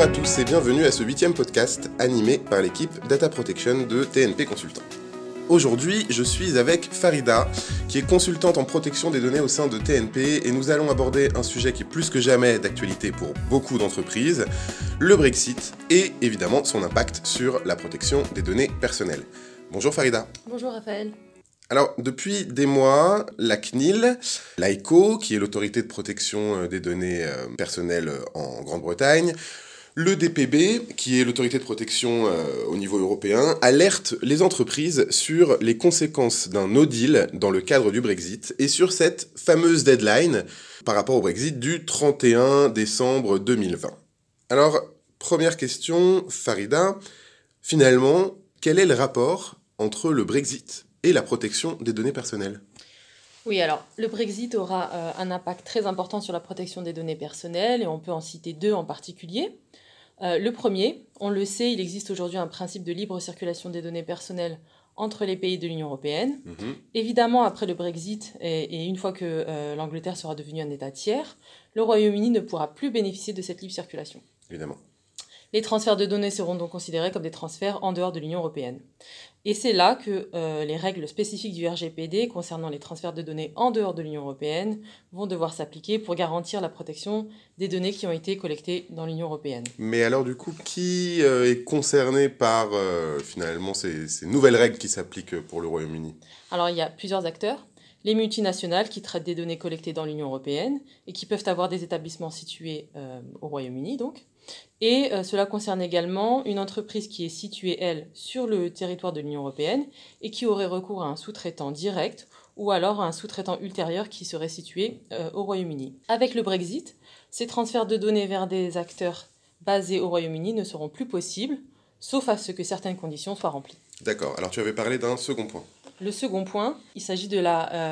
à tous et bienvenue à ce 8e podcast animé par l'équipe Data Protection de TNP Consultant. Aujourd'hui, je suis avec Farida, qui est consultante en protection des données au sein de TNP, et nous allons aborder un sujet qui est plus que jamais d'actualité pour beaucoup d'entreprises, le Brexit et évidemment son impact sur la protection des données personnelles. Bonjour Farida. Bonjour Raphaël. Alors, depuis des mois, la CNIL, l'ICO, qui est l'autorité de protection des données personnelles en Grande-Bretagne, le DPB, qui est l'autorité de protection au niveau européen, alerte les entreprises sur les conséquences d'un no deal dans le cadre du Brexit et sur cette fameuse deadline par rapport au Brexit du 31 décembre 2020. Alors, première question, Farida, finalement, quel est le rapport entre le Brexit et la protection des données personnelles? Oui, alors le Brexit aura un impact très important sur la protection des données personnelles et on peut en citer deux en particulier. Le premier, on le sait, il existe aujourd'hui un principe de libre circulation des données personnelles entre les pays de l'Union européenne. Évidemment, après le Brexit et une fois que l'Angleterre sera devenue un État tiers, le Royaume-Uni ne pourra plus bénéficier de cette libre circulation. Évidemment. Les transferts de données seront donc considérés comme des transferts en dehors de l'Union européenne. Et c'est là que les règles spécifiques du RGPD concernant les transferts de données en dehors de l'Union européenne vont devoir s'appliquer pour garantir la protection des données qui ont été collectées dans l'Union européenne. Mais alors du coup, qui est concerné par finalement ces nouvelles règles qui s'appliquent pour le Royaume-Uni? Alors il y a plusieurs acteurs. Les multinationales qui traitent des données collectées dans l'Union européenne et qui peuvent avoir des établissements situés au Royaume-Uni donc. Et cela concerne également une entreprise qui est située, elle, sur le territoire de l'Union européenne et qui aurait recours à un sous-traitant direct ou alors à un sous-traitant ultérieur qui serait situé au Royaume-Uni. Avec le Brexit, ces transferts de données vers des acteurs basés au Royaume-Uni ne seront plus possibles, sauf à ce que certaines conditions soient remplies. D'accord, alors tu avais parlé d'un second point. Le second point, il s'agit de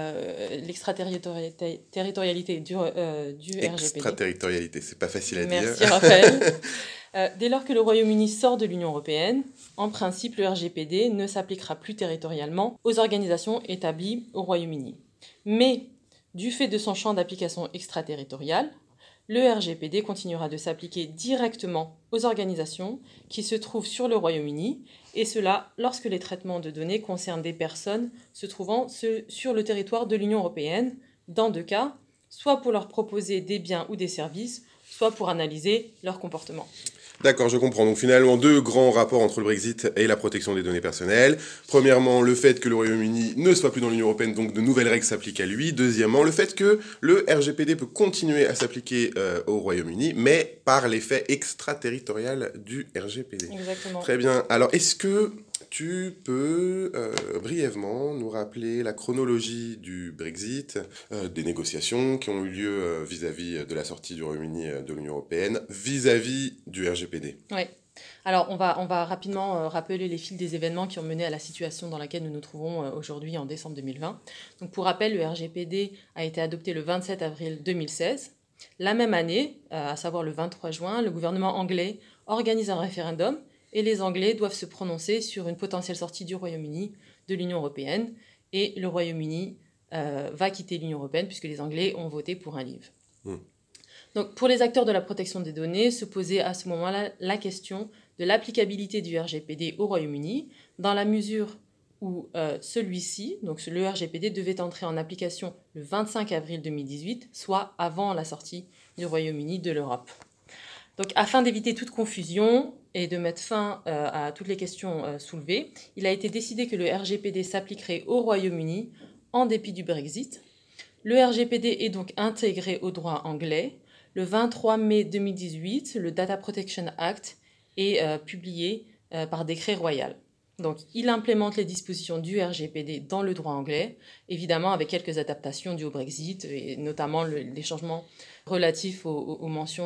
l'extraterritorialité du RGPD. Extraterritorialité, c'est pas facile à dire. Merci Raphaël. Dès lors que le Royaume-Uni sort de l'Union européenne, en principe, le RGPD ne s'appliquera plus territorialement aux organisations établies au Royaume-Uni. Mais, du fait de son champ d'application extraterritorial, le RGPD continuera de s'appliquer directement aux organisations qui se trouvent sur le Royaume-Uni, et cela lorsque les traitements de données concernent des personnes se trouvant sur le territoire de l'Union européenne, dans deux cas, soit pour leur proposer des biens ou des services, soit pour analyser leur comportement. D'accord, je comprends. Donc finalement, deux grands rapports entre le Brexit et la protection des données personnelles. Premièrement, le fait que le Royaume-Uni ne soit plus dans l'Union européenne, donc de nouvelles règles s'appliquent à lui. Deuxièmement, le fait que le RGPD peut continuer à s'appliquer au Royaume-Uni, mais par l'effet extraterritorial du RGPD. Exactement. Très bien. Alors, est-ce que tu peux brièvement nous rappeler la chronologie du Brexit, des négociations qui ont eu lieu vis-à-vis de la sortie du Royaume-Uni de l'Union européenne, vis-à-vis du RGPD? Oui. Alors, on va rapidement rappeler les fils des événements qui ont mené à la situation dans laquelle nous nous trouvons aujourd'hui en décembre 2020. Donc, pour rappel, le RGPD a été adopté le 27 avril 2016. La même année, à savoir le 23 juin, le gouvernement anglais organise un référendum et les Anglais doivent se prononcer sur une potentielle sortie du Royaume-Uni de l'Union européenne. Et le Royaume-Uni va quitter l'Union européenne puisque les Anglais ont voté pour un leave. Donc, pour les acteurs de la protection des données, se posait à ce moment-là la question de l'applicabilité du RGPD au Royaume-Uni, dans la mesure où celui-ci, donc le RGPD, devait entrer en application le 25 avril 2018, soit avant la sortie du Royaume-Uni de l'Europe. Donc, afin d'éviter toute confusion et de mettre fin à toutes les questions soulevées, il a été décidé que le RGPD s'appliquerait au Royaume-Uni en dépit du Brexit. Le RGPD est donc intégré au droit anglais. Le 23 mai 2018, le Data Protection Act est publié par décret royal. Donc, il implémente les dispositions du RGPD dans le droit anglais, évidemment avec quelques adaptations dues au Brexit, et notamment les changements relatifs aux mentions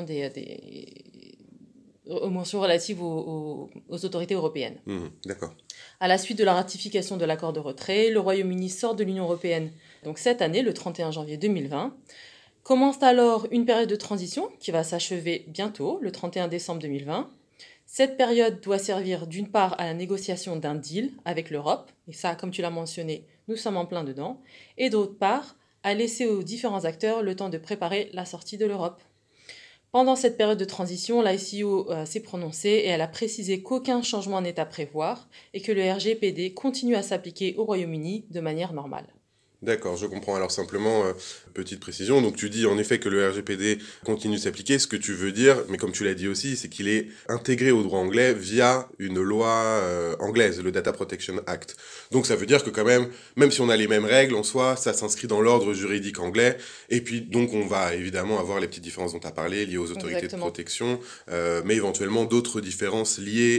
aux mentions relatives aux autorités européennes. D'accord. À la suite de la ratification de l'accord de retrait, le Royaume-Uni sort de l'Union européenne donc cette année, le 31 janvier 2020. Commence alors une période de transition qui va s'achever bientôt, le 31 décembre 2020. Cette période doit servir d'une part à la négociation d'un deal avec l'Europe, et ça, comme tu l'as mentionné, nous sommes en plein dedans, et d'autre part, à laisser aux différents acteurs le temps de préparer la sortie de l'Europe. Pendant cette période de transition, l'ICO s'est prononcée et elle a précisé qu'aucun changement n'est à prévoir et que le RGPD continue à s'appliquer au Royaume-Uni de manière normale. D'accord, je comprends. Alors simplement, petite précision, donc tu dis en effet que le RGPD continue de s'appliquer, ce que tu veux dire, mais comme tu l'as dit aussi, c'est qu'il est intégré au droit anglais via une loi anglaise, le Data Protection Act. Donc ça veut dire que quand même si on a les mêmes règles en soi, ça s'inscrit dans l'ordre juridique anglais, et puis donc on va évidemment avoir les petites différences dont tu as parlé, liées aux autorités Exactement. de protection, mais éventuellement d'autres différences liées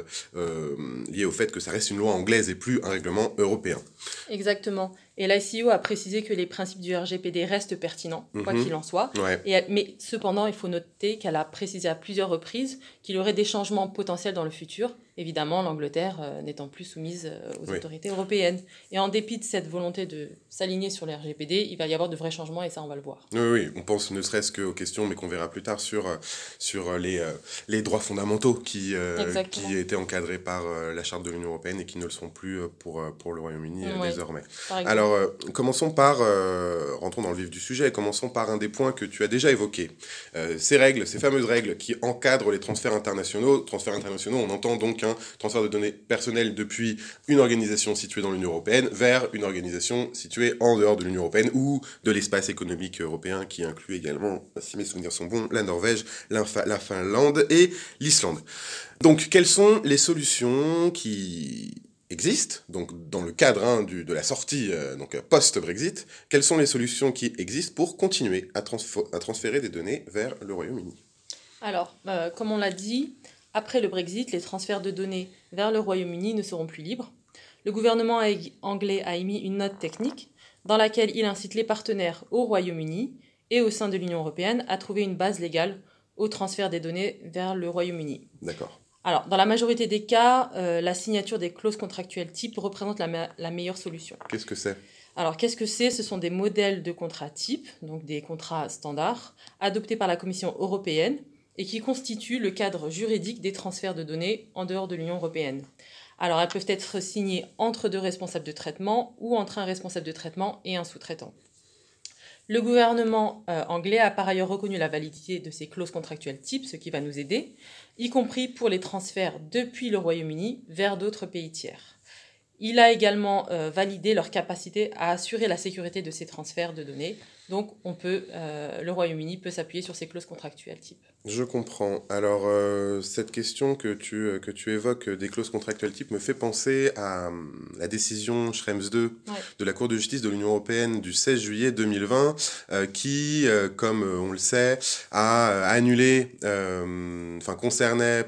au fait que ça reste une loi anglaise et plus un règlement européen. Exactement. Et l'ICO a précisé que les principes du RGPD restent pertinents, quoi qu'il en soit. Ouais. Mais cependant, il faut noter qu'elle a précisé à plusieurs reprises qu'il y aurait des changements potentiels dans le futur, évidemment l'Angleterre n'étant plus soumise aux autorités européennes. Et en dépit de cette volonté de s'aligner sur le RGPD, il va y avoir de vrais changements et ça, on va le voir. Oui, on pense ne serait-ce qu'aux questions, mais qu'on verra plus tard, sur les droits fondamentaux qui étaient encadrés par la Charte de l'Union européenne et qui ne le sont plus pour le Royaume-Uni désormais. Alors, rentrons dans le vif du sujet, commençons par un des points que tu as déjà évoqué. Ces fameuses règles qui encadrent les transferts internationaux. Transferts internationaux, on entend donc un transfert de données personnelles depuis une organisation située dans l'Union européenne vers une organisation située en dehors de l'Union européenne ou de l'espace économique européen qui inclut également, si mes souvenirs sont bons, la Norvège, la Finlande et l'Islande. Donc, quelles sont les solutions qui existent, donc dans le cadre de la sortie post-Brexit, quelles sont les solutions qui existent pour continuer à transférer des données vers le Royaume-Uni ? Alors, comme on l'a dit, après le Brexit, les transferts de données vers le Royaume-Uni ne seront plus libres. Le gouvernement anglais a émis une note technique dans laquelle il incite les partenaires au Royaume-Uni et au sein de l'Union européenne à trouver une base légale au transfert des données vers le Royaume-Uni. D'accord. Alors, dans la majorité des cas, la signature des clauses contractuelles type représente la meilleure solution. Qu'est-ce que c'est ? Alors, qu'est-ce que c'est ? Ce sont des modèles de contrats type, donc des contrats standards, adoptés par la Commission européenne et qui constituent le cadre juridique des transferts de données en dehors de l'Union européenne. Alors, elles peuvent être signées entre deux responsables de traitement ou entre un responsable de traitement et un sous-traitant. Le gouvernement anglais a par ailleurs reconnu la validité de ces clauses contractuelles type, ce qui va nous aider, y compris pour les transferts depuis le Royaume-Uni vers d'autres pays tiers. Il a également validé leur capacité à assurer la sécurité de ces transferts de données. Donc, le Royaume-Uni peut s'appuyer sur ces clauses contractuelles type. Je comprends. Alors, cette question que tu évoques des clauses contractuelles type me fait penser à la décision Schrems 2 de la Cour de justice de l'Union européenne du 16 juillet 2020 qui, comme on le sait, a annulé, concernait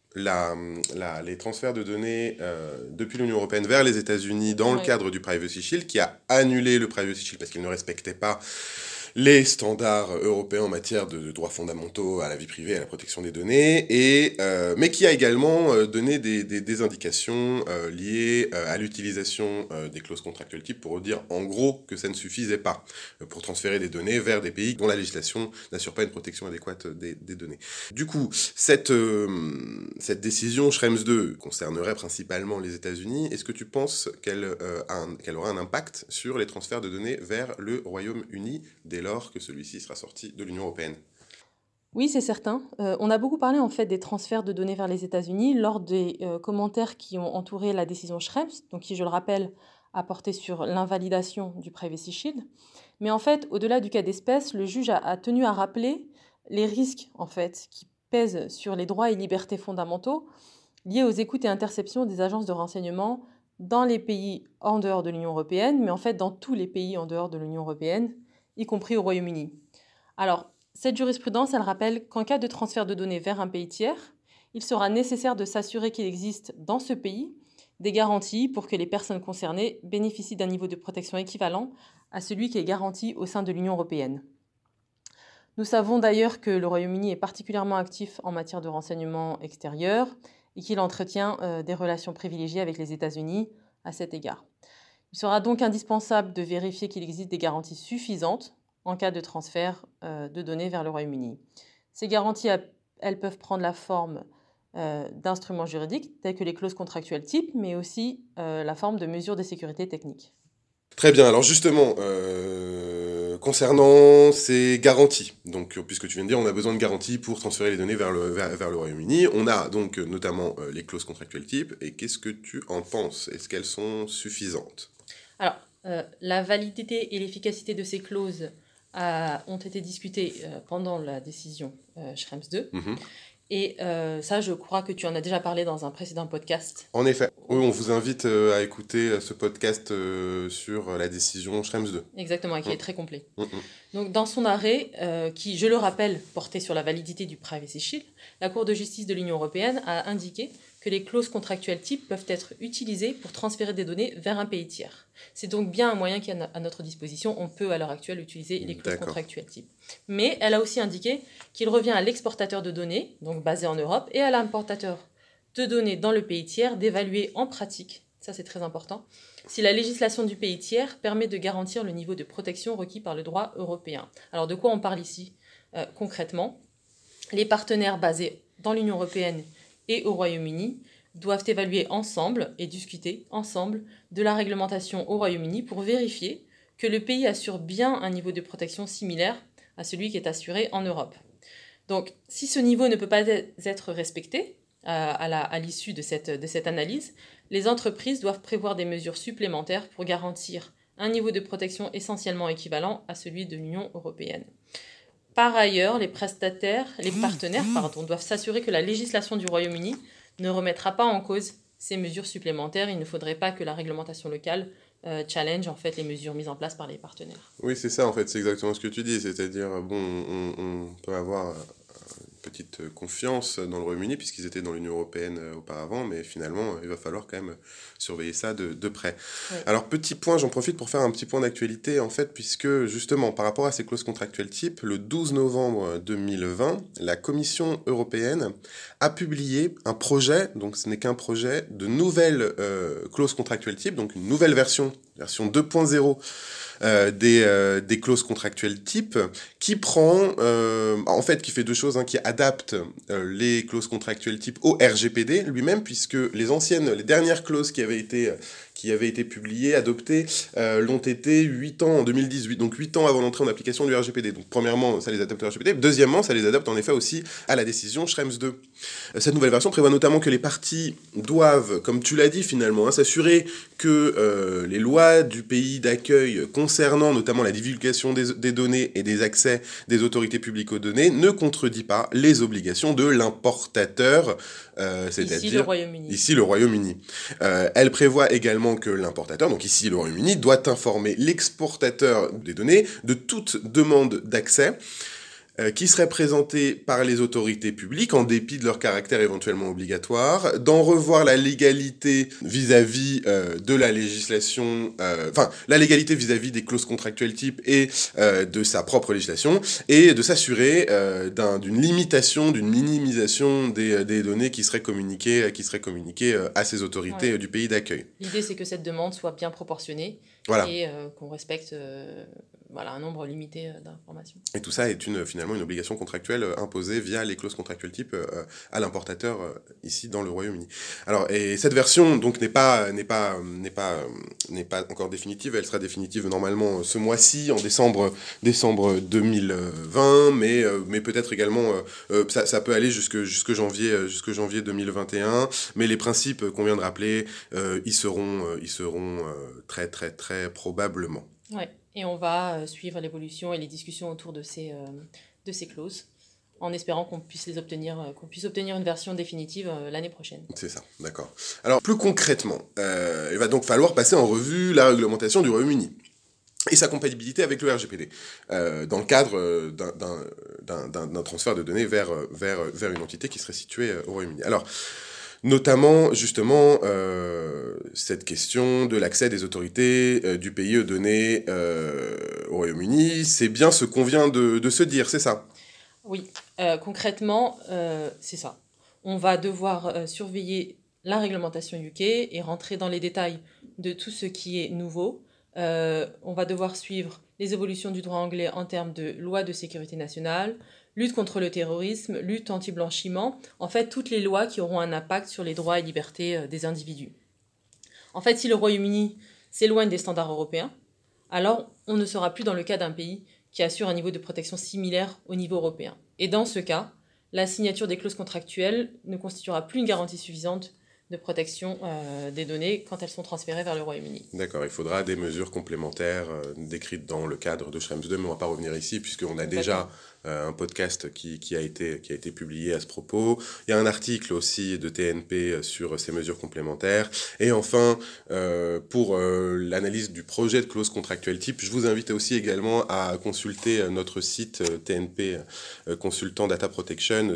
les transferts de données depuis l'Union européenne vers les États-Unis dans le cadre du Privacy Shield, qui a annulé le Privacy Shield parce qu'il ne respectait pas les standards européens en matière de droits fondamentaux à la vie privée et à la protection des données, mais qui a également donné des indications liées à l'utilisation des clauses contractuelles type pour dire en gros que ça ne suffisait pas pour transférer des données vers des pays dont la législation n'assure pas une protection adéquate des données. Du coup, cette décision Schrems 2 concernerait principalement les États-Unis. Est-ce que tu penses qu'elle aura un impact sur les transferts de données vers le Royaume-Uni dès lors que celui-ci sera sorti de l'Union européenne ? Oui, c'est certain. On a beaucoup parlé en fait des transferts de données vers les États-Unis lors des commentaires qui ont entouré la décision Schrems, donc qui, je le rappelle, a porté sur l'invalidation du Privacy Shield. Mais en fait, au-delà du cas d'espèce, le juge a tenu à rappeler les risques en fait qui pèsent sur les droits et libertés fondamentaux liés aux écoutes et interceptions des agences de renseignement dans les pays en dehors de l'Union européenne, mais en fait dans tous les pays en dehors de l'Union européenne, y compris au Royaume-Uni. Alors, cette jurisprudence, elle rappelle qu'en cas de transfert de données vers un pays tiers, il sera nécessaire de s'assurer qu'il existe dans ce pays des garanties pour que les personnes concernées bénéficient d'un niveau de protection équivalent à celui qui est garanti au sein de l'Union européenne. Nous savons d'ailleurs que le Royaume-Uni est particulièrement actif en matière de renseignement extérieur et qu'il entretient des relations privilégiées avec les États-Unis à cet égard. Il sera donc indispensable de vérifier qu'il existe des garanties suffisantes en cas de transfert de données vers le Royaume-Uni. Ces garanties, elles peuvent prendre la forme d'instruments juridiques tels que les clauses contractuelles type, mais aussi la forme de mesures de sécurité technique. Très bien, alors justement, Concernant ces garanties, donc puisque tu viens de dire on a besoin de garanties pour transférer les données vers le Royaume-Uni, on a donc notamment les clauses contractuelles type, et qu'est-ce que tu en penses? Est-ce qu'elles sont suffisantes? Alors, la validité et l'efficacité de ces clauses ont été discutées pendant la décision Schrems II. Mhm. Et ça, je crois que tu en as déjà parlé dans un précédent podcast. En effet, oui, on vous invite à écouter ce podcast sur la décision Schrems II. Exactement, qui est très complet. Mhm. Donc, dans son arrêt, qui, je le rappelle, portait sur la validité du Privacy Shield, la Cour de justice de l'Union européenne a indiqué que les clauses contractuelles types peuvent être utilisées pour transférer des données vers un pays tiers. C'est donc bien un moyen qui est à notre disposition. On peut à l'heure actuelle utiliser les clauses contractuelles types. Mais elle a aussi indiqué qu'il revient à l'exportateur de données, donc basé en Europe, et à l'importateur de données dans le pays tiers d'évaluer en pratique, ça c'est très important, si la législation du pays tiers permet de garantir le niveau de protection requis par le droit européen. Alors de quoi on parle ici concrètement? Les partenaires basés dans l'Union européenne et au Royaume-Uni doivent évaluer ensemble et discuter ensemble de la réglementation au Royaume-Uni pour vérifier que le pays assure bien un niveau de protection similaire à celui qui est assuré en Europe. Donc, si ce niveau ne peut pas être respecté à l'issue de cette analyse, les entreprises doivent prévoir des mesures supplémentaires pour garantir un niveau de protection essentiellement équivalent à celui de l'Union européenne. Par ailleurs, les partenaires doivent s'assurer que la législation du Royaume-Uni ne remettra pas en cause ces mesures supplémentaires. Il ne faudrait pas que la réglementation locale challenge en fait les mesures mises en place par les partenaires. Oui, c'est ça en fait, c'est exactement ce que tu dis, c'est-à-dire bon, on peut avoir petite confiance dans le Royaume-Uni puisqu'ils étaient dans l'Union européenne auparavant, mais finalement il va falloir quand même surveiller ça de près. Oui. Alors petit point, j'en profite pour faire un petit point d'actualité en fait, puisque justement par rapport à ces clauses contractuelles type, le 12 novembre 2020, la Commission européenne a publié un projet, donc ce n'est qu'un projet, de nouvelles clauses contractuelles type, donc une nouvelle version 2.0 des clauses contractuelles type, qui prend, en fait, qui fait deux choses, qui adapte les clauses contractuelles type au RGPD lui-même, puisque les dernières clauses qui avaient été publiées, adoptées, l'ont été 8 ans en 2018, donc 8 ans avant l'entrée en application du RGPD. Donc premièrement, ça les adapte au RGPD, deuxièmement, ça les adapte en effet aussi à la décision Schrems II. Cette nouvelle version prévoit notamment que les parties doivent, comme tu l'as dit finalement, s'assurer que les lois du pays d'accueil concernant notamment la divulgation des données et des accès des autorités publiques aux données ne contredit pas les obligations de l'importateur, c'est-à-dire ici le Royaume-Uni. Elle prévoit également que l'importateur, donc ici le Royaume-Uni, doit informer l'exportateur des données de toute demande d'accès qui seraient présentées par les autorités publiques en dépit de leur caractère éventuellement obligatoire, d'en revoir la légalité vis-à-vis de la législation, la légalité vis-à-vis des clauses contractuelles type et de sa propre législation, et de s'assurer d'une limitation, d'une minimisation des données qui seraient communiquées à ces autorités du pays d'accueil. L'idée, c'est que cette demande soit bien proportionnée et qu'on respecte un nombre limité d'informations. Et tout ça est finalement une obligation contractuelle imposée via les clauses contractuelles type à l'importateur ici dans le Royaume-Uni. Alors, et cette version donc n'est pas encore définitive. Elle sera définitive normalement ce mois-ci, en décembre 2020, mais peut-être également ça peut aller jusque janvier 2021. Mais les principes qu'on vient de rappeler, ils seront très très très probablement. Ouais. Et on va suivre l'évolution et les discussions autour de ces clauses, en espérant qu'on puisse obtenir une version définitive l'année prochaine. C'est ça, d'accord. Alors, plus concrètement, il va donc falloir passer en revue la réglementation du Royaume-Uni et sa compatibilité avec le RGPD, dans le cadre d'un transfert de données vers une entité qui serait située au Royaume-Uni. Alors, notamment, justement, cette question de l'accès des autorités du pays aux données au Royaume-Uni, c'est bien ce qu'on vient de se dire, c'est ça? Oui, concrètement, c'est ça. On va devoir surveiller la réglementation UK et rentrer dans les détails de tout ce qui est nouveau. On va devoir suivre les évolutions du droit anglais en termes de loi de sécurité nationale, lutte contre le terrorisme, lutte anti-blanchiment, en fait toutes les lois qui auront un impact sur les droits et libertés des individus. En fait, si le Royaume-Uni s'éloigne des standards européens, alors on ne sera plus dans le cas d'un pays qui assure un niveau de protection similaire au niveau européen. Et dans ce cas, la signature des clauses contractuelles ne constituera plus une garantie suffisante de protection des données quand elles sont transférées vers le Royaume-Uni. D'accord, il faudra des mesures complémentaires décrites dans le cadre de Schrems 2, mais on ne va pas revenir ici, puisqu'on a déjà un podcast qui a été publié à ce propos. Il y a un article aussi de TNP sur ces mesures complémentaires. Et enfin, pour l'analyse du projet de clause contractuelle type, je vous invite aussi également à consulter notre site TNP Consultant Data Protection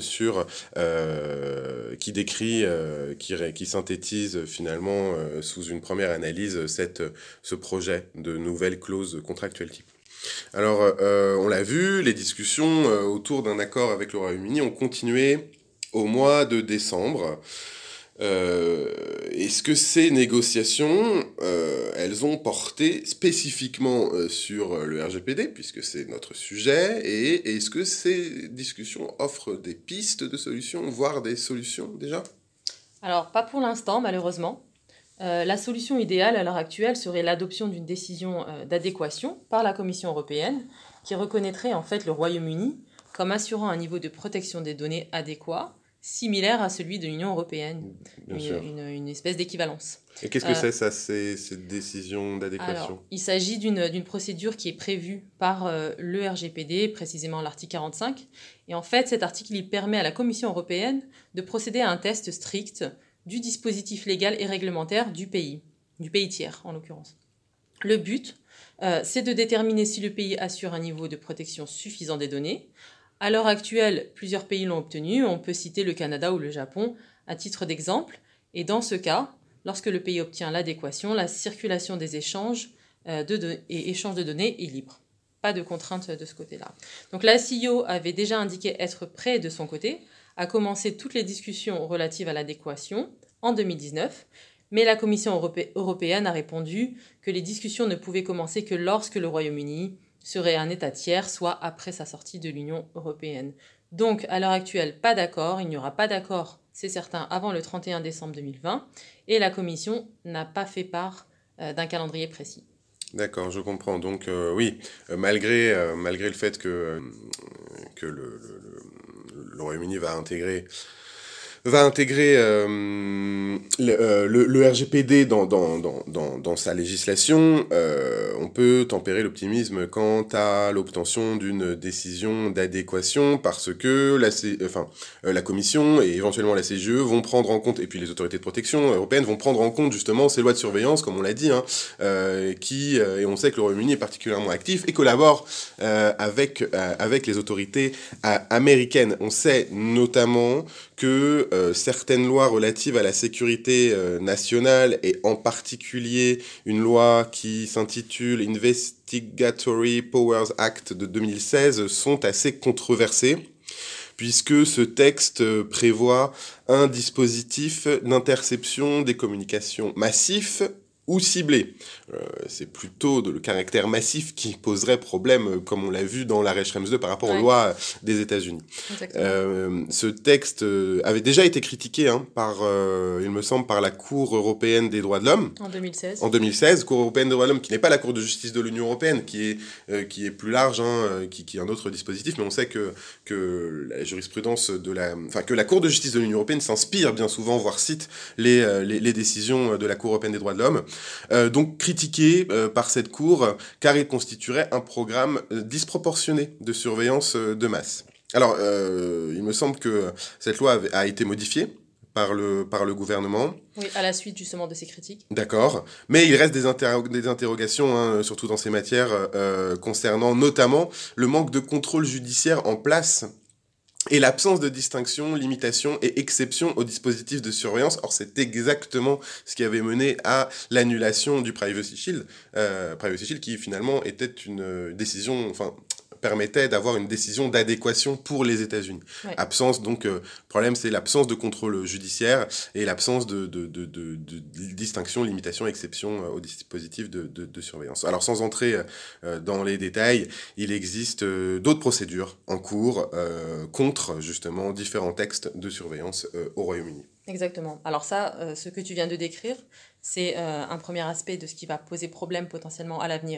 qui décrit, qui synthétise finalement sous une première analyse ce projet de nouvelle clause contractuelle type. Alors, on l'a vu, les discussions autour d'un accord avec le Royaume-Uni ont continué au mois de décembre. Est-ce que ces négociations, elles ont porté spécifiquement sur le RGPD, puisque c'est notre sujet, et est-ce que ces discussions offrent des pistes de solutions, voire des solutions déjà ? Alors, pas pour l'instant, malheureusement. La solution idéale à l'heure actuelle serait l'adoption d'une décision d'adéquation par la Commission européenne qui reconnaîtrait en fait le Royaume-Uni comme assurant un niveau de protection des données adéquat, similaire à celui de l'Union européenne, une espèce d'équivalence. Et qu'est-ce que c'est ça, cette décision d'adéquation ? Alors, il s'agit d'une procédure qui est prévue par le RGPD, précisément l'article 45. Et en fait, cet article il permet à la Commission européenne de procéder à un test strict du dispositif légal et réglementaire du pays tiers en l'occurrence. Le but, c'est de déterminer si le pays assure un niveau de protection suffisant des données. À l'heure actuelle, plusieurs pays l'ont obtenu, on peut citer le Canada ou le Japon à titre d'exemple, et dans ce cas, lorsque le pays obtient l'adéquation, la circulation des échanges et échanges de données est libre. Pas de contrainte de ce côté-là. Donc la CIO avait déjà indiqué être prêt de son côté à commencer toutes les discussions relatives à l'adéquation en 2019, mais la Commission européenne a répondu que les discussions ne pouvaient commencer que lorsque le Royaume-Uni serait un État tiers, soit après sa sortie de l'Union européenne. Donc, à l'heure actuelle, pas d'accord, il n'y aura pas d'accord, c'est certain, avant le 31 décembre 2020, et la Commission n'a pas fait part d'un calendrier précis. D'accord, je comprends. Donc oui, malgré le fait que le Royaume-Uni va intégrer le RGPD dans sa législation, on peut tempérer l'optimisme quant à l'obtention d'une décision d'adéquation parce que la Commission et éventuellement la CGE vont prendre en compte, et puis les autorités de protection européennes vont prendre en compte justement ces lois de surveillance, comme on l'a dit, et on sait que le Royaume-Uni est particulièrement actif et collabore avec les autorités américaines. On sait notamment que certaines lois relatives à la sécurité nationale, et en particulier une loi qui s'intitule Investigatory Powers Act de 2016, sont assez controversées, puisque ce texte prévoit un dispositif d'interception des communications massifs ou ciblés. C'est plutôt le caractère massif qui poserait problème, comme on l'a vu dans l'arrêt Schrems 2 par rapport aux lois des États-Unis. Ce texte avait déjà été critiqué il me semble, par la Cour européenne des droits de l'homme. En 2016. En 2016, Cour européenne des droits de l'homme, qui n'est pas la Cour de justice de l'Union européenne, qui est plus large, qui est un autre dispositif, mais on sait que la jurisprudence que la Cour de justice de l'Union européenne s'inspire bien souvent, voire cite les décisions de la Cour européenne des droits de l'homme. Donc critiqué par cette cour car il constituerait un programme disproportionné de surveillance de masse. Alors, il me semble que cette loi a été modifiée par le gouvernement. Oui, à la suite justement de ces critiques. D'accord, mais il reste des interrogations, surtout dans ces matières, concernant notamment le manque de contrôle judiciaire en place et l'absence de distinction, limitation et exception au dispositif de surveillance. Or, c'est exactement ce qui avait mené à l'annulation du Privacy Shield. Privacy Shield qui, finalement, était une décision... permettait d'avoir une décision d'adéquation pour les États-Unis. Ouais. Absence, donc, le problème, c'est l'absence de contrôle judiciaire et l'absence de distinction, limitation, exception au dispositif de surveillance. Alors, sans entrer dans les détails, il existe d'autres procédures en cours contre, justement, différents textes de surveillance au Royaume-Uni. Exactement. Alors ça, ce que tu viens de décrire, c'est un premier aspect de ce qui va poser problème potentiellement à l'avenir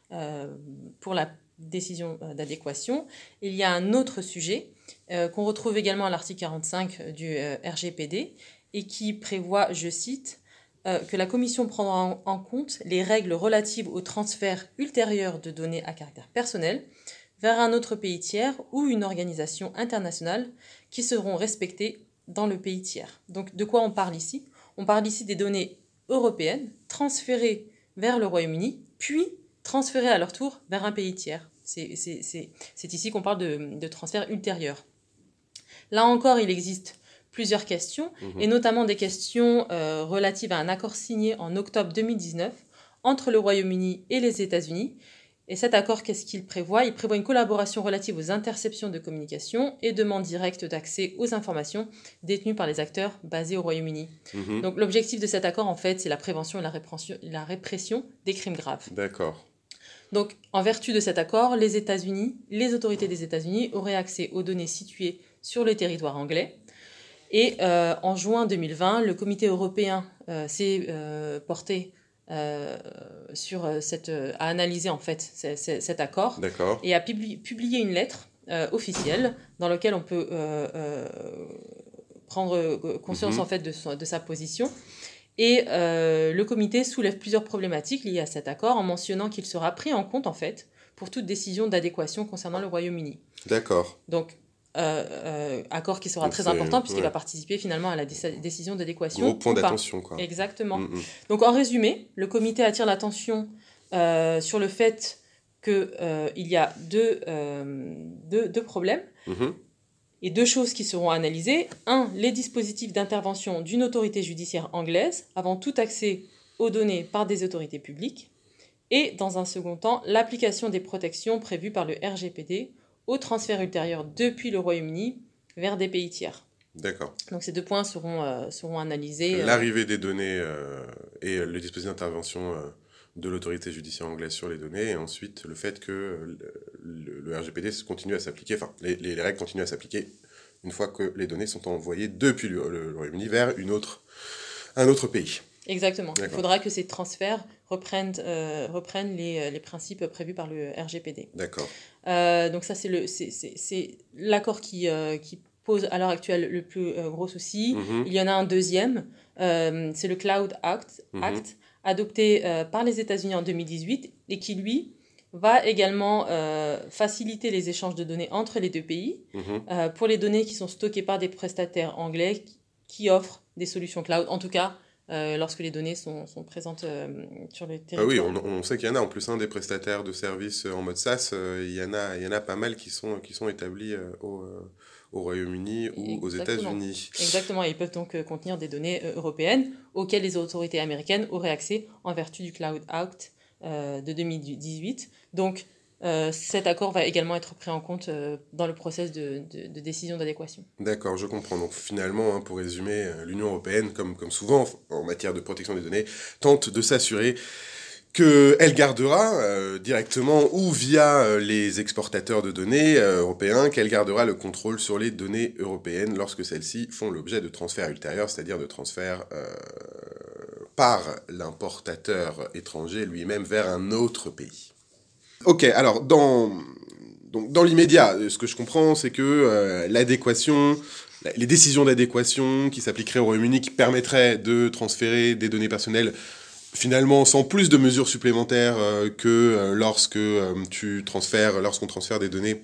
pour la décision d'adéquation. Il y a un autre sujet qu'on retrouve également à l'article 45 du RGPD et qui prévoit, je cite, que la Commission prendra en compte les règles relatives au transfert ultérieur de données à caractère personnel vers un autre pays tiers ou une organisation internationale qui seront respectées dans le pays tiers. Donc de quoi on parle ici ? On parle ici des données européennes transférées vers le Royaume-Uni, puis transférées à leur tour vers un pays tiers. C'est ici qu'on parle de transfert ultérieur. Là encore, il existe plusieurs questions, et notamment des questions relatives à un accord signé en octobre 2019 entre le Royaume-Uni et les États-Unis. Et cet accord, qu'est-ce qu'il prévoit ? Il prévoit une collaboration relative aux interceptions de communication et demande directe d'accès aux informations détenues par les acteurs basés au Royaume-Uni. Donc l'objectif de cet accord, en fait, c'est la prévention et la répression des crimes graves. D'accord. Donc, en vertu de cet accord, les autorités des États-Unis auraient accès aux données situées sur le territoire anglais. Et en juin 2020, le Comité européen s'est porté a analysé en fait cet accord. D'accord. Et a publié une lettre officielle dans laquelle on peut prendre conscience en fait de sa position. Et le comité soulève plusieurs problématiques liées à cet accord en mentionnant qu'il sera pris en compte en fait pour toute décision d'adéquation concernant le Royaume-Uni. D'accord. Donc accord qui sera très important puisqu'il va participer finalement à la décision d'adéquation. Gros point d'attention, quoi. Exactement. Donc en résumé, le comité attire l'attention sur le fait qu'il y a deux problèmes et deux choses qui seront analysées. Un, les dispositifs d'intervention d'une autorité judiciaire anglaise avant tout accès aux données par des autorités publiques. Et dans un second temps, l'application des protections prévues par le RGPD au transfert ultérieur depuis le Royaume-Uni vers des pays tiers. D'accord. Donc ces deux points seront analysés. L'arrivée des données et le dispositif d'intervention de l'autorité judiciaire anglaise sur les données, et ensuite le fait que le RGPD continue à s'appliquer, enfin les règles continuent à s'appliquer une fois que les données sont envoyées depuis le Royaume-Uni vers un autre pays. Exactement. D'accord. Il faudra que ces transferts reprennent les principes prévus par le RGPD. D'accord. Donc ça, c'est l'accord qui pose à l'heure actuelle le plus gros souci. Il y en a un deuxième, c'est le Cloud Act adopté par les États-Unis en 2018 et qui, lui, va également faciliter les échanges de données entre les deux pays pour les données qui sont stockées par des prestataires anglais qui offrent des solutions cloud. En tout cas, lorsque les données sont présentes sur le territoire. Ah oui, on sait qu'il y en a en plus des prestataires de services en mode SaaS, il y en a pas mal qui sont établis au Royaume-Uni ou aux États-Unis. Exactement, et ils peuvent donc contenir des données européennes auxquelles les autorités américaines auraient accès en vertu du Cloud Act de 2018. Donc cet accord va également être pris en compte dans le process de décision d'adéquation. D'accord, je comprends. Donc finalement, pour résumer, l'Union européenne, comme souvent en matière de protection des données, tente de s'assurer qu'elle gardera directement ou via les exportateurs de données européens, qu'elle gardera le contrôle sur les données européennes lorsque celles-ci font l'objet de transferts ultérieurs, c'est-à-dire de transferts par l'importateur étranger lui-même vers un autre pays. Ok, alors dans l'immédiat, ce que je comprends, c'est que les décisions d'adéquation qui s'appliqueraient au Royaume-Uni, qui permettraient de transférer des données personnelles, finalement sans plus de mesures supplémentaires que lorsqu'on transfère des données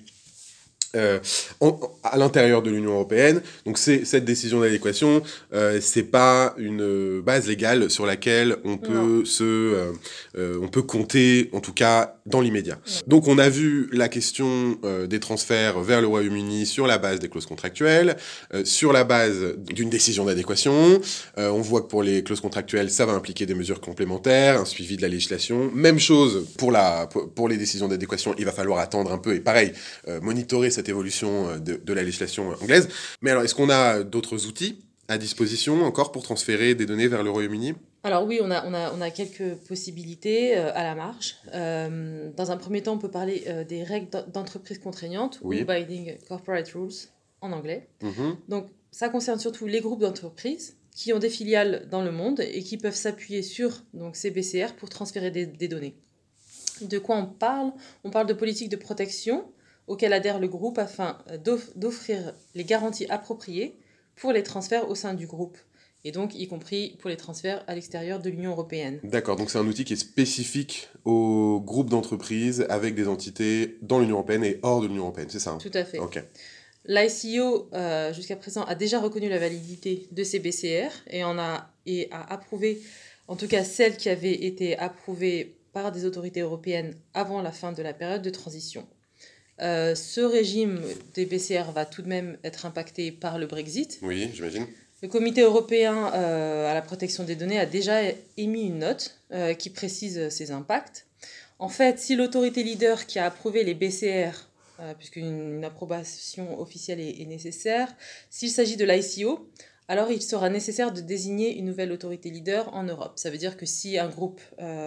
à l'intérieur de l'Union européenne. Donc cette décision d'adéquation, c'est pas une base légale sur laquelle on peut on peut compter, en tout cas dans l'immédiat. Donc on a vu la question des transferts vers le Royaume-Uni sur la base des clauses contractuelles, sur la base d'une décision d'adéquation. On voit que pour les clauses contractuelles, ça va impliquer des mesures complémentaires, un suivi de la législation. Même chose pour les décisions d'adéquation, il va falloir attendre un peu et pareil, monitorer cette évolution de la législation anglaise. Mais alors, est-ce qu'on a d'autres outils à disposition encore pour transférer des données vers le Royaume-Uni ? Alors oui, on a quelques possibilités à la marge. Dans un premier temps, on peut parler des règles d'entreprise contraignantes, ou Binding Corporate Rules en anglais. Donc ça concerne surtout les groupes d'entreprises qui ont des filiales dans le monde et qui peuvent s'appuyer sur ces BCR pour transférer des données. De quoi on parle? On parle de politique de protection auquel adhère le groupe afin d'offrir les garanties appropriées pour les transferts au sein du groupe, et donc y compris pour les transferts à l'extérieur de l'Union européenne. D'accord, donc c'est un outil qui est spécifique aux groupes d'entreprises avec des entités dans l'Union européenne et hors de l'Union européenne, c'est ça, hein? Tout à fait. Ok. L'ICO, jusqu'à présent, a déjà reconnu la validité de ces BCR et a approuvé, en tout cas celles qui avaient été approuvées par des autorités européennes avant la fin de la période de transition. Ce régime des BCR va tout de même être impacté par le Brexit. Oui, j'imagine. Le Comité européen à la protection des données a déjà émis une note qui précise ces impacts. En fait, si l'autorité leader qui a approuvé les BCR, puisqu'une approbation officielle est nécessaire, s'il s'agit de l'ICO, alors il sera nécessaire de désigner une nouvelle autorité leader en Europe. Ça veut dire que si un groupe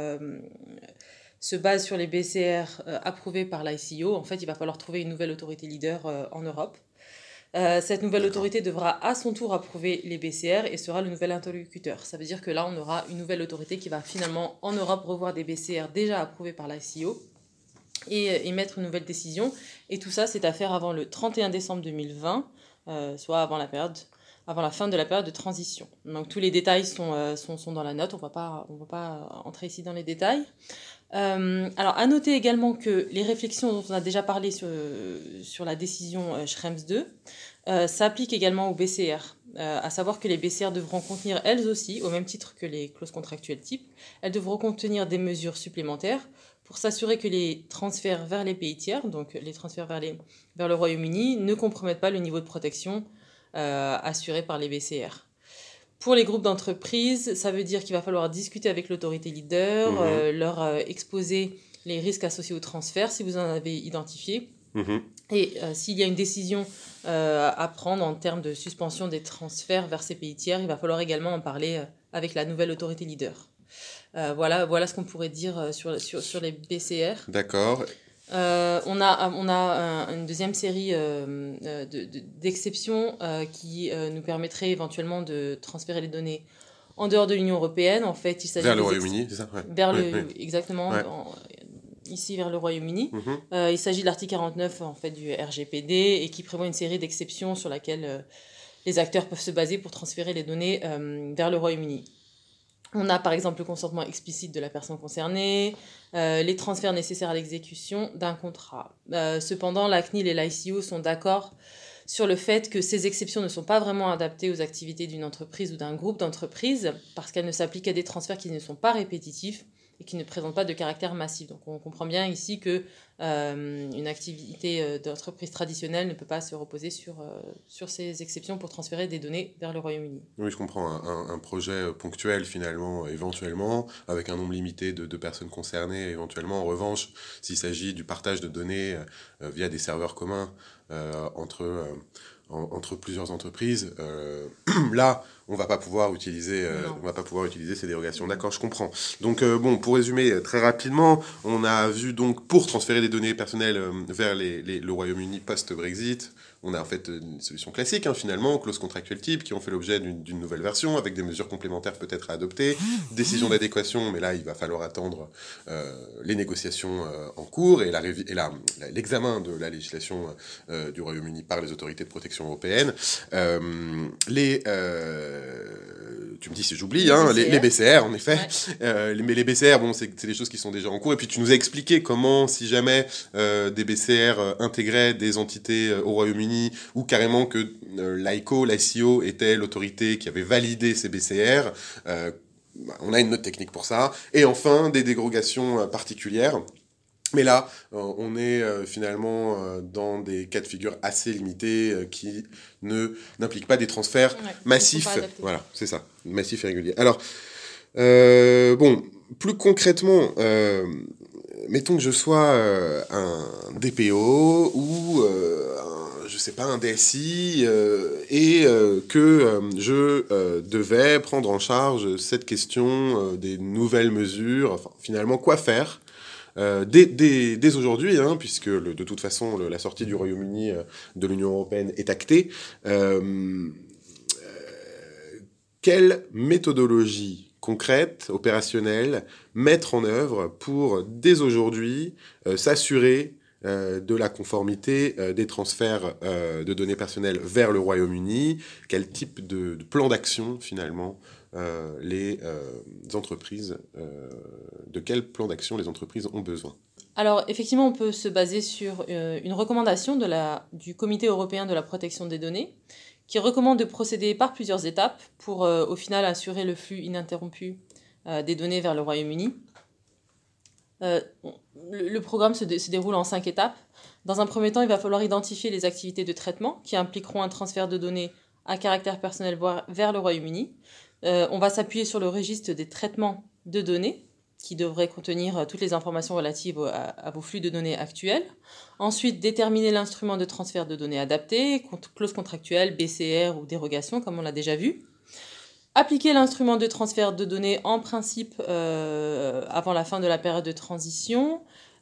se base sur les BCR approuvés par l'ICO, en fait, il va falloir trouver une nouvelle autorité leader en Europe. Cette nouvelle autorité devra à son tour approuver les BCR et sera le nouvel interlocuteur. Ça veut dire que là, on aura une nouvelle autorité qui va finalement en Europe revoir des BCR déjà approuvés par l'ICO et émettre une nouvelle décision. Et tout ça, c'est à faire avant le 31 décembre 2020, soit avant la fin de la période de transition. Donc tous les détails sont dans la note, on va pas entrer ici dans les détails. Alors, à noter également que les réflexions dont on a déjà parlé sur la décision Schrems 2 s'appliquent également aux BCR, à savoir que les BCR devront contenir elles aussi, au même titre que les clauses contractuelles type, elles devront contenir des mesures supplémentaires pour s'assurer que les transferts vers les pays tiers, donc les transferts vers le Royaume-Uni, ne compromettent pas le niveau de protection assuré par les BCR. Pour les groupes d'entreprises, ça veut dire qu'il va falloir discuter avec l'autorité leader, leur exposer les risques associés au transfert si vous en avez identifié. Et s'il y a une décision à prendre en termes de suspension des transferts vers ces pays tiers, il va falloir également en parler avec la nouvelle autorité leader. Voilà ce qu'on pourrait dire sur les BCR. D'accord. On a une deuxième série d'exceptions qui nous permettrait éventuellement de transférer les données en dehors de l'Union européenne. En fait, il s'agit vers le Royaume-Uni, c'est ça, ouais. Exactement, ouais. Ici vers le Royaume-Uni. Il s'agit de l'article 49 en fait, du RGPD et qui prévoit une série d'exceptions sur laquelle les acteurs peuvent se baser pour transférer les données vers le Royaume-Uni. On a par exemple le consentement explicite de la personne concernée, les transferts nécessaires à l'exécution d'un contrat. Cependant, la CNIL et l'ICO sont d'accord sur le fait que ces exceptions ne sont pas vraiment adaptées aux activités d'une entreprise ou d'un groupe d'entreprises parce qu'elles ne s'appliquent à des transferts qui ne sont pas répétitifs et qui ne présentent pas de caractère massif. Donc on comprend bien ici que une activité d'entreprise traditionnelle ne peut pas se reposer sur ces exceptions pour transférer des données vers le Royaume-Uni. Oui, je comprends. Un projet ponctuel, finalement, éventuellement, avec un nombre limité de personnes concernées, éventuellement. En revanche, s'il s'agit du partage de données via des serveurs communs entre plusieurs entreprises, là, on va pas pouvoir utiliser ces dérogations. D'accord, je comprends. Donc, pour résumer très rapidement, on a vu donc pour transférer des données personnelles vers le Royaume-Uni post-Brexit, on a en fait une solution classique, finalement, clause contractuelle type, qui ont fait l'objet d'une nouvelle version, avec des mesures complémentaires peut-être à adopter, décision d'adéquation, mais là, il va falloir attendre les négociations en cours et l'examen de la législation du Royaume-Uni par les autorités de protection européennes. Tu me dis si j'oublie, les BCR, en effet. Ouais. Mais les BCR, c'est des choses qui sont déjà en cours. Et puis tu nous as expliqué comment, si jamais des BCR intégraient des entités au Royaume-Uni, ou carrément que l'ICO était l'autorité qui avait validé ces BCR, on a une note technique pour ça. Et enfin, des dérogations particulières. Mais là, on est finalement dans des cas de figure assez limités qui n'impliquent pas des transferts massifs. Voilà, c'est ça, massifs et réguliers. Alors, plus concrètement, mettons que je sois un DPO ou un DSI et que je devais prendre en charge cette question des nouvelles mesures. Enfin, finalement, quoi faire dès aujourd'hui, puisque de toute façon la sortie du Royaume-Uni de l'Union européenne est actée, quelle méthodologie concrètes, opérationnelles, mettre en œuvre pour, dès aujourd'hui, s'assurer de la conformité des transferts de données personnelles vers le Royaume-Uni? Quel type de plan d'action, finalement, les entreprises, de quel plan d'action les entreprises ont besoin? Alors, effectivement, on peut se baser sur une recommandation du Comité européen de la protection des données, qui recommande de procéder par plusieurs étapes pour, au final, assurer le flux ininterrompu des données vers le Royaume-Uni. Le programme se déroule en 5 étapes. Dans un premier temps, il va falloir identifier les activités de traitement qui impliqueront un transfert de données à caractère personnel vers le Royaume-Uni. On va s'appuyer sur le registre des traitements de données, qui devrait contenir toutes les informations relatives à vos flux de données actuels. Ensuite, déterminer l'instrument de transfert de données adapté, clause contractuelle, BCR ou dérogation, comme on l'a déjà vu. Appliquer l'instrument de transfert de données en principe avant la fin de la période de transition.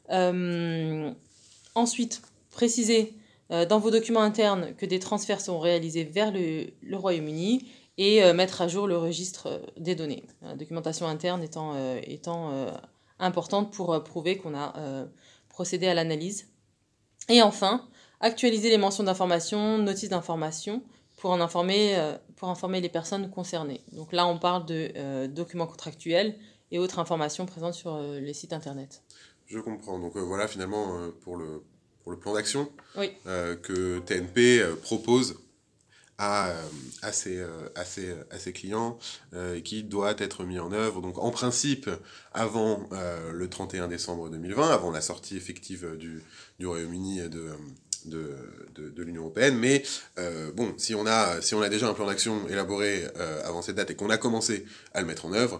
Ensuite, préciser dans vos documents internes que des transferts sont réalisés vers le Royaume-Uni et mettre à jour le registre des données. La documentation interne étant importante pour prouver qu'on a procédé à l'analyse. Et enfin, actualiser les mentions d'information, notices d'information, pour informer les personnes concernées. Donc là, on parle de documents contractuels et autres informations présentes sur les sites internet. Je comprends. Donc voilà, finalement, pour le plan d'action oui. Que TNP propose à ses clients et qui doit être mis en œuvre, donc en principe avant le 31 décembre 2020, avant la sortie effective du Royaume-Uni de l'Union européenne. Mais bon, si on a déjà un plan d'action élaboré avant cette date et qu'on a commencé à le mettre en œuvre,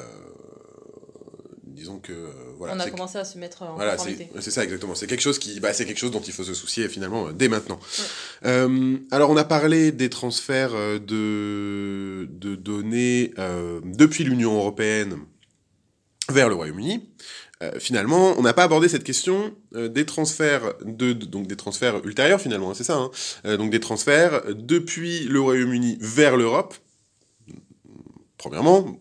disons que voilà. On a commencé à se mettre en voilà, conformité. C'est ça exactement. C'est quelque chose dont il faut se soucier finalement dès maintenant. Ouais. Alors on a parlé des transferts de données depuis l'Union européenne vers le Royaume-Uni. Finalement, on n'a pas abordé cette question des transferts donc des transferts ultérieurs finalement, hein, c'est ça. Hein, donc des transferts depuis le Royaume-Uni vers l'Europe. Premièrement.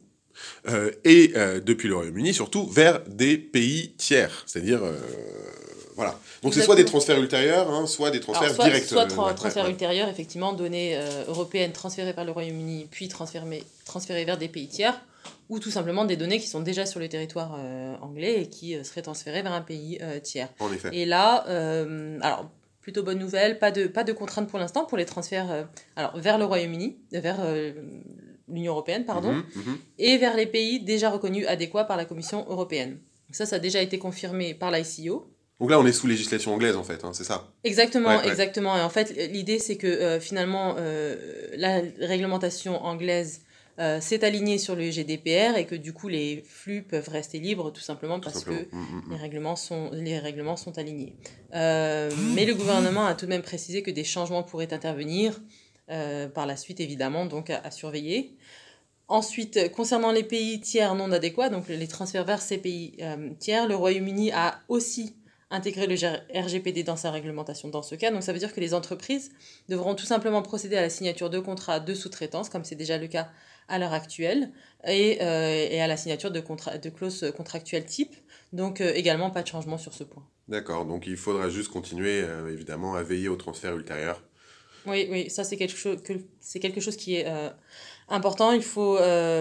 Et depuis le Royaume-Uni, surtout vers des pays tiers. C'est-à-dire, voilà. Donc c'est soit des transferts ultérieurs, hein, soit des transferts directs. Soit transferts ultérieurs, effectivement, données européennes transférées par le Royaume-Uni, puis transférées vers des pays tiers, ou tout simplement des données qui sont déjà sur le territoire anglais et qui seraient transférées vers un pays tiers. En effet. Et là, alors, plutôt bonne nouvelle, pas de contraintes pour l'instant pour les transferts vers le Royaume-Uni, vers l'Union européenne, et vers les pays déjà reconnus adéquats par la Commission européenne. Donc ça a déjà été confirmé par l'ICO. Donc là, on est sous législation anglaise, en fait, hein, c'est ça? Exactement. Et en fait, l'idée, c'est que finalement, la réglementation anglaise s'est alignée sur le GDPR et que du coup, les flux peuvent rester libres tout simplement parce que les règlements sont alignés. Mais le gouvernement a tout de même précisé que des changements pourraient intervenir par la suite, évidemment, donc à surveiller. Ensuite, concernant les pays tiers non adéquats, donc les transferts vers ces pays tiers, le Royaume-Uni a aussi intégré le RGPD dans sa réglementation dans ce cas. Donc ça veut dire que les entreprises devront tout simplement procéder à la signature de contrats de sous-traitance, comme c'est déjà le cas à l'heure actuelle, et à la signature de clauses contractuelles type. Donc également pas de changement sur ce point. D'accord, donc il faudra juste continuer évidemment à veiller au transfert ultérieur. Oui, ça c'est quelque chose qui est important. Il faut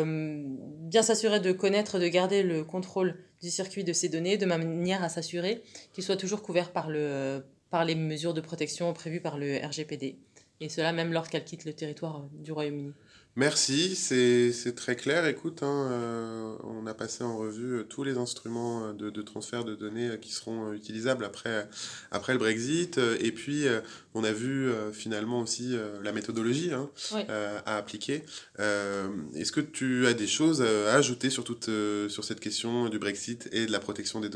bien s'assurer de connaître, de garder le contrôle du circuit de ces données de manière à s'assurer qu'il soit toujours couvert par les mesures de protection prévues par le RGPD. Et cela même lorsqu'elle quitte le territoire du Royaume-Uni. Merci, c'est très clair. Écoute, on a passé en revue tous les instruments de transfert de données qui seront utilisables après le Brexit. Et puis, on a vu finalement aussi la méthodologie à appliquer. Est-ce que tu as des choses à ajouter sur cette question du Brexit et de la protection des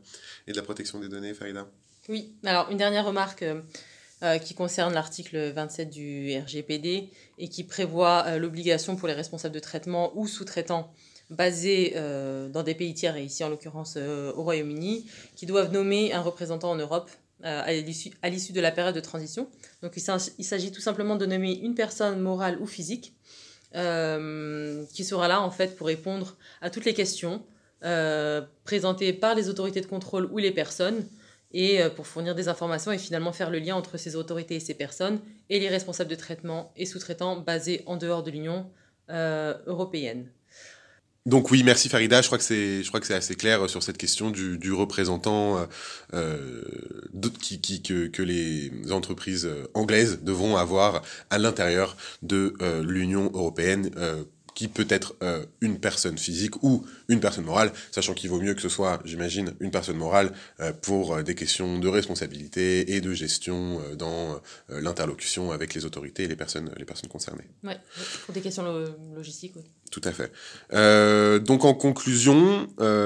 données, Farida? Oui, alors une dernière remarque qui concerne l'article 27 du RGPD et qui prévoit l'obligation pour les responsables de traitement ou sous-traitants basés dans des pays tiers, et ici en l'occurrence au Royaume-Uni, qui doivent nommer un représentant en Europe à l'issue de la période de transition. Donc il s'agit tout simplement de nommer une personne morale ou physique qui sera là en fait pour répondre à toutes les questions présentées par les autorités de contrôle ou les personnes, et pour fournir des informations et finalement faire le lien entre ces autorités et ces personnes et les responsables de traitement et sous-traitants basés en dehors de l'Union européenne. Donc oui, merci Farida. Je crois que c'est assez clair sur cette question du représentant que les entreprises anglaises devront avoir à l'intérieur de l'Union européenne, qui peut être une personne physique ou une personne morale, sachant qu'il vaut mieux que ce soit, j'imagine, une personne morale pour des questions de responsabilité et de gestion dans l'interlocution avec les autorités et les personnes concernées. Oui, pour des questions logistiques, oui. Tout à fait. Donc en conclusion,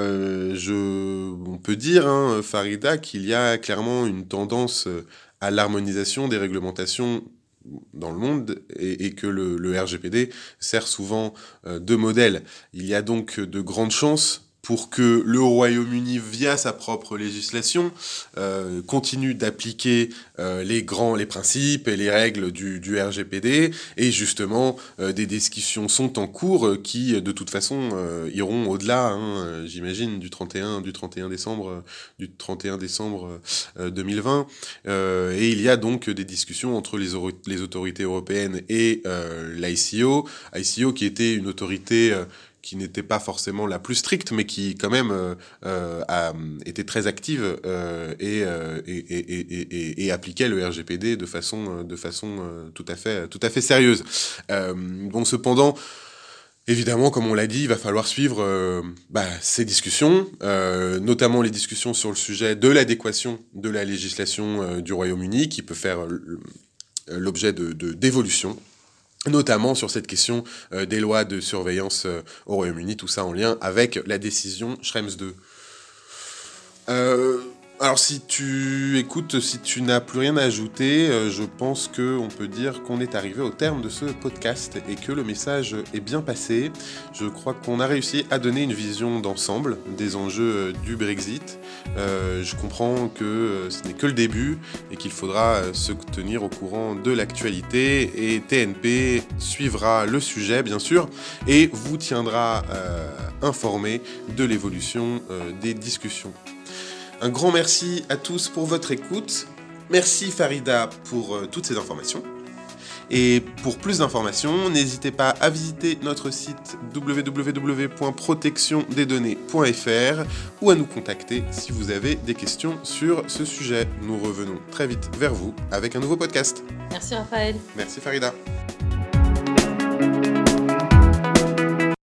on peut dire, Farida, qu'il y a clairement une tendance à l'harmonisation des réglementations dans le monde et que le RGPD sert souvent de modèle. Il y a donc de grandes chances pour que le Royaume-Uni, via sa propre législation, continue d'appliquer les principes et les règles du RGPD, et justement, des discussions sont en cours qui, de toute façon, iront au-delà, j'imagine, du 31 décembre 2020. Et il y a donc des discussions entre les autorités européennes et l'ICO. ICO qui était une autorité qui n'était pas forcément la plus stricte, mais qui quand même a été très active et appliquait le RGPD de façon tout à fait sérieuse. Bon, cependant, évidemment, comme on l'a dit, il va falloir suivre ces discussions, notamment les discussions sur le sujet de l'adéquation de la législation du Royaume-Uni, qui peut faire l'objet d'évolutions, notamment sur cette question des lois de surveillance au Royaume-Uni, tout ça en lien avec la décision Schrems II. Alors si tu n'as plus rien à ajouter, je pense qu'on peut dire qu'on est arrivé au terme de ce podcast et que le message est bien passé. Je crois qu'on a réussi à donner une vision d'ensemble des enjeux du Brexit. Je comprends que ce n'est que le début et qu'il faudra se tenir au courant de l'actualité, et TNP suivra le sujet bien sûr et vous tiendra informé de l'évolution des discussions. Un grand merci à tous pour votre écoute. Merci Farida pour toutes ces informations. Et pour plus d'informations, n'hésitez pas à visiter notre site www.protectiondesdonnées.fr ou à nous contacter si vous avez des questions sur ce sujet. Nous revenons très vite vers vous avec un nouveau podcast. Merci Raphaël. Merci Farida.